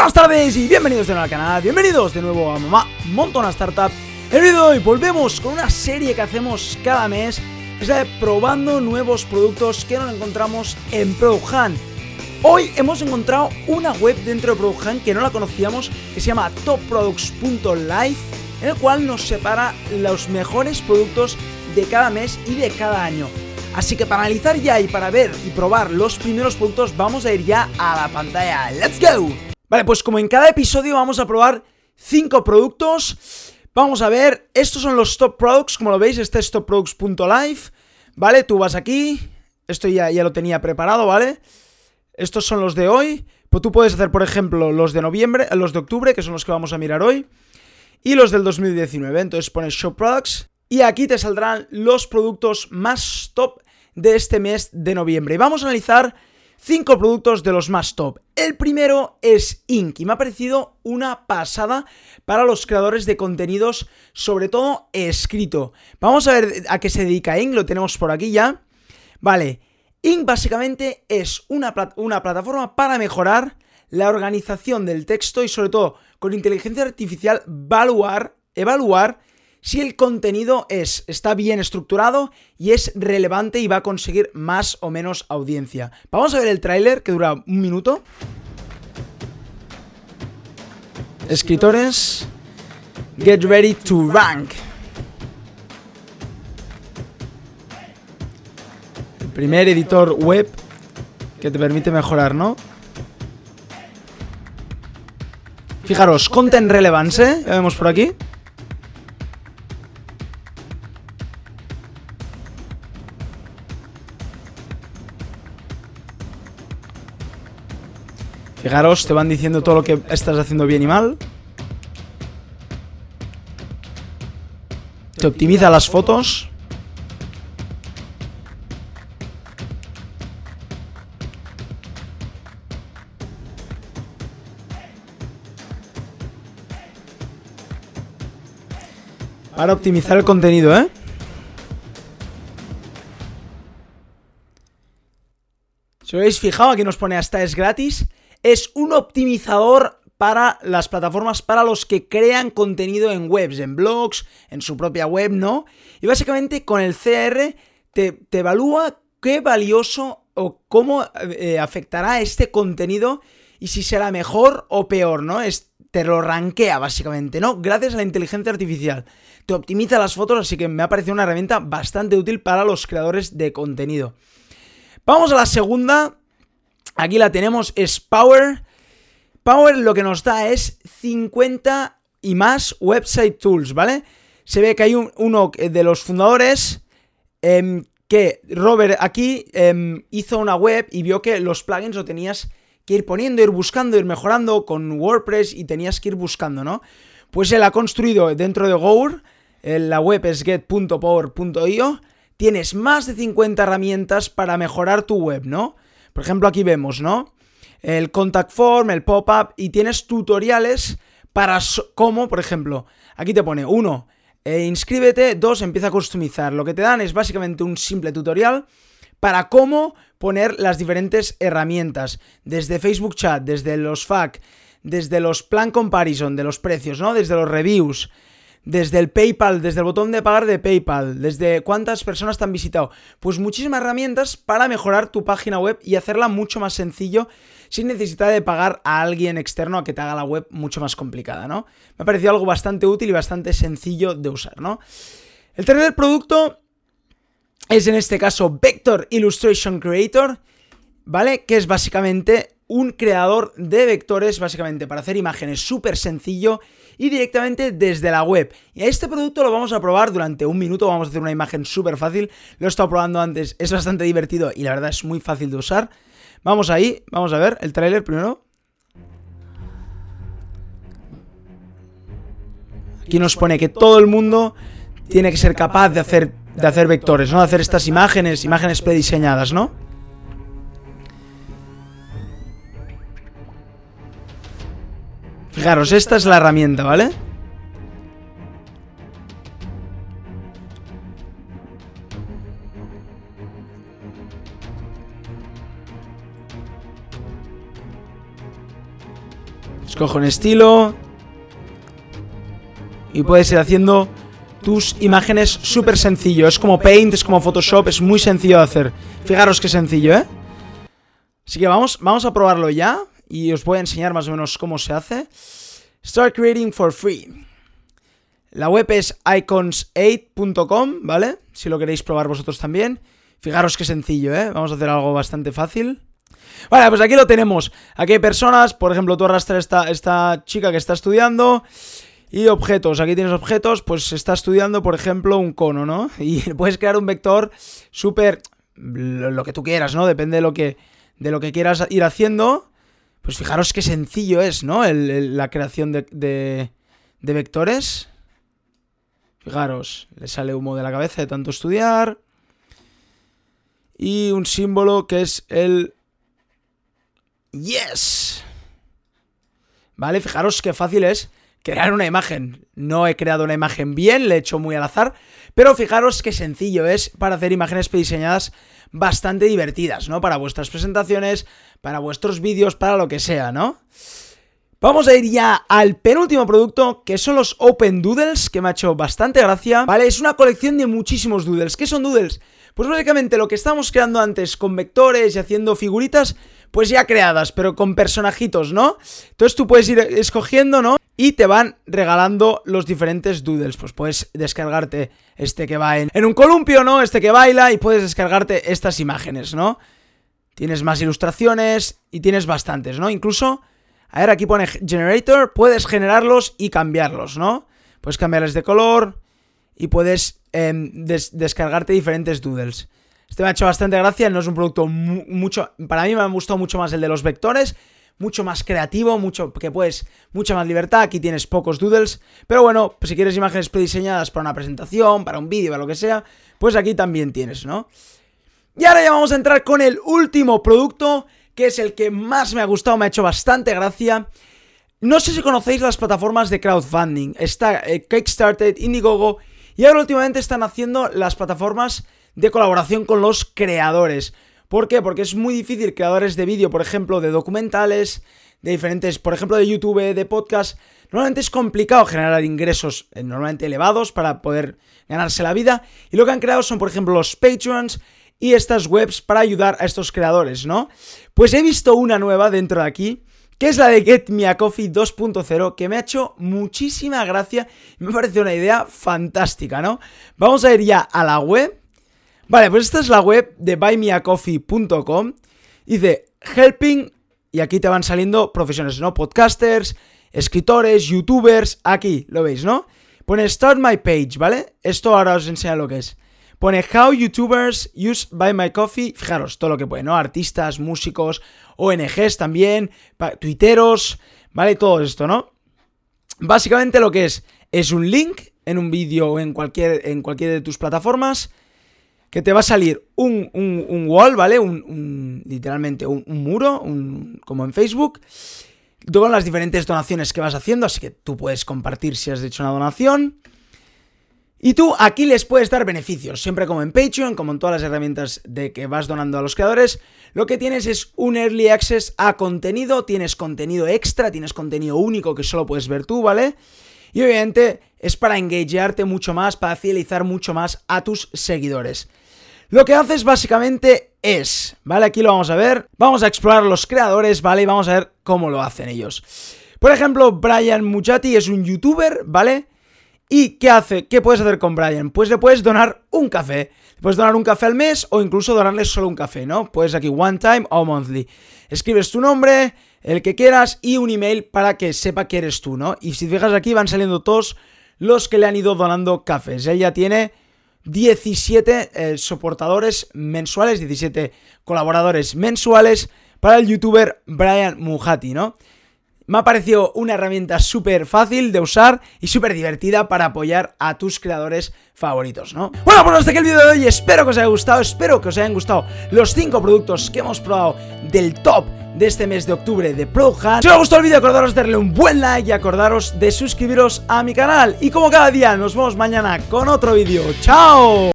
Buenas tardes y bienvenidos de nuevo al canal, bienvenidos de nuevo a Mamá Monta una Startup. El vídeo de hoy volvemos con una serie que hacemos cada mes, que es la de probando nuevos productos que nos encontramos en Product Hunt. Hoy hemos encontrado una web dentro de Product Hunt que no la conocíamos, que se llama topproducts.live, en el cual nos separa los mejores productos de cada mes y de cada año. Así que para analizar ya y para ver y probar los primeros productos vamos a ir ya a la pantalla. ¡Let's go! Vale, pues como en cada episodio vamos a probar 5 productos. Vamos a ver, estos son los top products, como lo veis, este es topproducts.live. Vale, tú vas aquí, esto ya lo tenía preparado, ¿vale? Estos son los de hoy. Pues tú puedes hacer, por ejemplo, los de noviembre, los de octubre, que son los que vamos a mirar hoy, y los del 2019. Entonces pones Show Products y aquí te saldrán los productos más top de este mes de noviembre. Y vamos a analizar 5 productos de los más top. El primero es Ink y me ha parecido una pasada para los creadores de contenidos, sobre todo escrito. Vamos a ver a qué se dedica Ink, lo tenemos por aquí ya. Vale, Ink básicamente es una plataforma para mejorar la organización del texto y sobre todo con inteligencia artificial evaluar si el contenido está bien estructurado y es relevante y va a conseguir más o menos audiencia. Vamos a ver el tráiler que dura 1 minuto. Escritores, get ready to rank. El primer editor web que te permite mejorar, ¿no? Fijaros, content relevance, ya vemos por aquí. Fijaros, te van diciendo todo lo que estás haciendo bien y mal. Te optimiza las fotos. Para optimizar el contenido, ¿eh? Si os habéis fijado, aquí nos pone hasta es gratis. Es un optimizador para las plataformas, para los que crean contenido en webs, en blogs, en su propia web, ¿no? Y básicamente con el CR te evalúa qué valioso o cómo afectará este contenido y si será mejor o peor, ¿no? Te lo rankea básicamente, ¿no? Gracias a la inteligencia artificial. Te optimiza las fotos, así que me ha parecido una herramienta bastante útil para los creadores de contenido. Vamos a la segunda. Aquí la tenemos, es Power. Power lo que nos da es 50 y más website tools, ¿vale? Se ve que hay uno de los fundadores que Robert aquí hizo una web y vio que los plugins lo tenías que ir poniendo, ir buscando, ir mejorando con WordPress y tenías que ir buscando, ¿no? Pues él ha construido dentro de Gour, la web es get.power.io, tienes más de 50 herramientas para mejorar tu web, ¿no? Por ejemplo, aquí vemos, ¿no? El contact form, el pop-up, y tienes tutoriales para cómo, por ejemplo, aquí te pone 1, inscríbete, 2, empieza a customizar. Lo que te dan es básicamente un simple tutorial para cómo poner las diferentes herramientas, desde Facebook Chat, desde los FAQ, desde los plan comparison de los precios, ¿no? Desde los reviews, desde el PayPal, desde el botón de pagar de PayPal, desde cuántas personas te han visitado. Pues muchísimas herramientas para mejorar tu página web y hacerla mucho más sencillo sin necesidad de pagar a alguien externo a que te haga la web mucho más complicada, ¿no? Me ha parecido algo bastante útil y bastante sencillo de usar, ¿no? El tercer producto es en este caso Vector Illustration Creator, ¿vale? Que es básicamente un creador de vectores, básicamente para hacer imágenes súper sencillo y directamente desde la web. Y a este producto lo vamos a probar durante 1 minuto, vamos a hacer una imagen súper fácil. Lo he estado probando antes, es bastante divertido y la verdad es muy fácil de usar. Vamos ahí, vamos a ver el tráiler primero. Aquí nos pone que todo el mundo tiene que ser capaz de hacer vectores, ¿no? De hacer estas imágenes prediseñadas, ¿no? Fijaros, esta es la herramienta, ¿vale? Escojo un estilo. Y puedes ir haciendo tus imágenes súper sencillo. Es como Paint, es como Photoshop, es muy sencillo de hacer. Fijaros qué sencillo, ¿eh? Así que vamos a probarlo ya. Y os voy a enseñar más o menos cómo se hace. Start creating for free. La web es icons8.com, ¿vale? Si lo queréis probar vosotros también. Fijaros qué sencillo, ¿eh? Vamos a hacer algo bastante fácil. Vale, pues aquí lo tenemos. Aquí hay personas, por ejemplo, tú arrastras esta chica que está estudiando. Y objetos, aquí tienes objetos, pues está estudiando, por ejemplo, un cono, ¿no? Y puedes crear un vector súper... lo que tú quieras, ¿no? Depende de lo que quieras ir haciendo. Pues fijaros qué sencillo es, ¿no? La creación de vectores. Fijaros, le sale humo de la cabeza de tanto estudiar. Y un símbolo que es el... Yes. Vale, fijaros qué fácil es crear una imagen. No he creado una imagen bien, le he hecho muy al azar, pero fijaros qué sencillo es para hacer imágenes prediseñadas bastante divertidas, ¿no? Para vuestras presentaciones, para vuestros vídeos, para lo que sea, ¿no? Vamos a ir ya al penúltimo producto, que son los Open Doodles, que me ha hecho bastante gracia, ¿vale? Es una colección de muchísimos doodles. ¿Qué son doodles? Pues básicamente lo que estábamos creando antes con vectores y haciendo figuritas, pues ya creadas, pero con personajitos, ¿no? Entonces tú puedes ir escogiendo, ¿no? Y te van regalando los diferentes doodles. Pues puedes descargarte este que va en un columpio, ¿no? Este que baila, y puedes descargarte estas imágenes, ¿no? Tienes más ilustraciones y tienes bastantes, ¿no? Incluso, a ver, aquí pone Generator, puedes generarlos y cambiarlos, ¿no? Puedes cambiarles de color y puedes descargarte diferentes doodles. Este me ha hecho bastante gracia, no es un producto para mí me ha gustado mucho más el de los vectores, mucho más creativo, mucha más libertad. Aquí tienes pocos doodles, pero bueno, pues si quieres imágenes prediseñadas para una presentación, para un vídeo, para lo que sea, pues aquí también tienes, ¿no? Y ahora ya vamos a entrar con el último producto, que es el que más me ha gustado, me ha hecho bastante gracia. No sé si conocéis las plataformas de crowdfunding. Está Kickstarter, Indiegogo, y ahora últimamente están haciendo las plataformas de colaboración con los creadores. ¿Por qué? Porque es muy difícil creadores de vídeo, por ejemplo, de documentales, de diferentes, por ejemplo, de YouTube, de podcast. Normalmente es complicado generar ingresos normalmente elevados para poder ganarse la vida. Y lo que han creado son, por ejemplo, los Patreons y estas webs para ayudar a estos creadores, ¿no? Pues he visto una nueva dentro de aquí, que es la de Get Me a Coffee 2.0, que me ha hecho muchísima gracia y me parece una idea fantástica, ¿no? Vamos a ir ya a la web. Vale, pues esta es la web de buymeacoffee.com. Dice Helping, y aquí te van saliendo profesiones, ¿no? Podcasters, escritores, youtubers, aquí, lo veis, ¿no? Pone Start My Page, ¿vale? Esto ahora os enseña lo que es. Pone How YouTubers Use Buy My Coffee. Fijaros, todo lo que puede, ¿no? Artistas, músicos, ONGs también, tuiteros, ¿vale? Todo esto, ¿no? Básicamente lo que es un link en un vídeo o en cualquier de tus plataformas, que te va a salir un wall, ¿vale? Literalmente un muro, como en Facebook, con las diferentes donaciones que vas haciendo, así que tú puedes compartir si has hecho una donación. Y tú aquí les puedes dar beneficios, siempre como en Patreon, como en todas las herramientas de que vas donando a los creadores. Lo que tienes es un Early Access a contenido, tienes contenido extra, tienes contenido único que solo puedes ver tú, ¿vale? Y obviamente es para engagearte mucho más, para fidelizar mucho más a tus seguidores. Lo que haces básicamente es, ¿vale? Aquí lo vamos a ver. Vamos a explorar los creadores, ¿vale? Y vamos a ver cómo lo hacen ellos. Por ejemplo, Brian Muchati es un youtuber, ¿vale? ¿Y qué hace? ¿Qué puedes hacer con Brian? Pues le puedes donar un café. Le puedes donar un café al mes o incluso donarle solo un café, ¿no? Puedes aquí one time o monthly. Escribes tu nombre, el que quieras y un email para que sepa que eres tú, ¿no? Y si te fijas aquí van saliendo todos los que le han ido donando cafés. Él ya tiene 17 soportadores mensuales, 17 colaboradores mensuales para el youtuber Brian Muchati, ¿no? Me ha parecido una herramienta súper fácil de usar y súper divertida para apoyar a tus creadores favoritos, ¿no? Bueno, pues hasta aquí el vídeo de hoy. Espero que os haya gustado, espero que os hayan gustado los 5 productos que hemos probado del top de este mes de octubre de Product Hunt. Si os ha gustado el vídeo, acordaros de darle un buen like y acordaros de suscribiros a mi canal. Y como cada día, nos vemos mañana con otro vídeo. ¡Chao!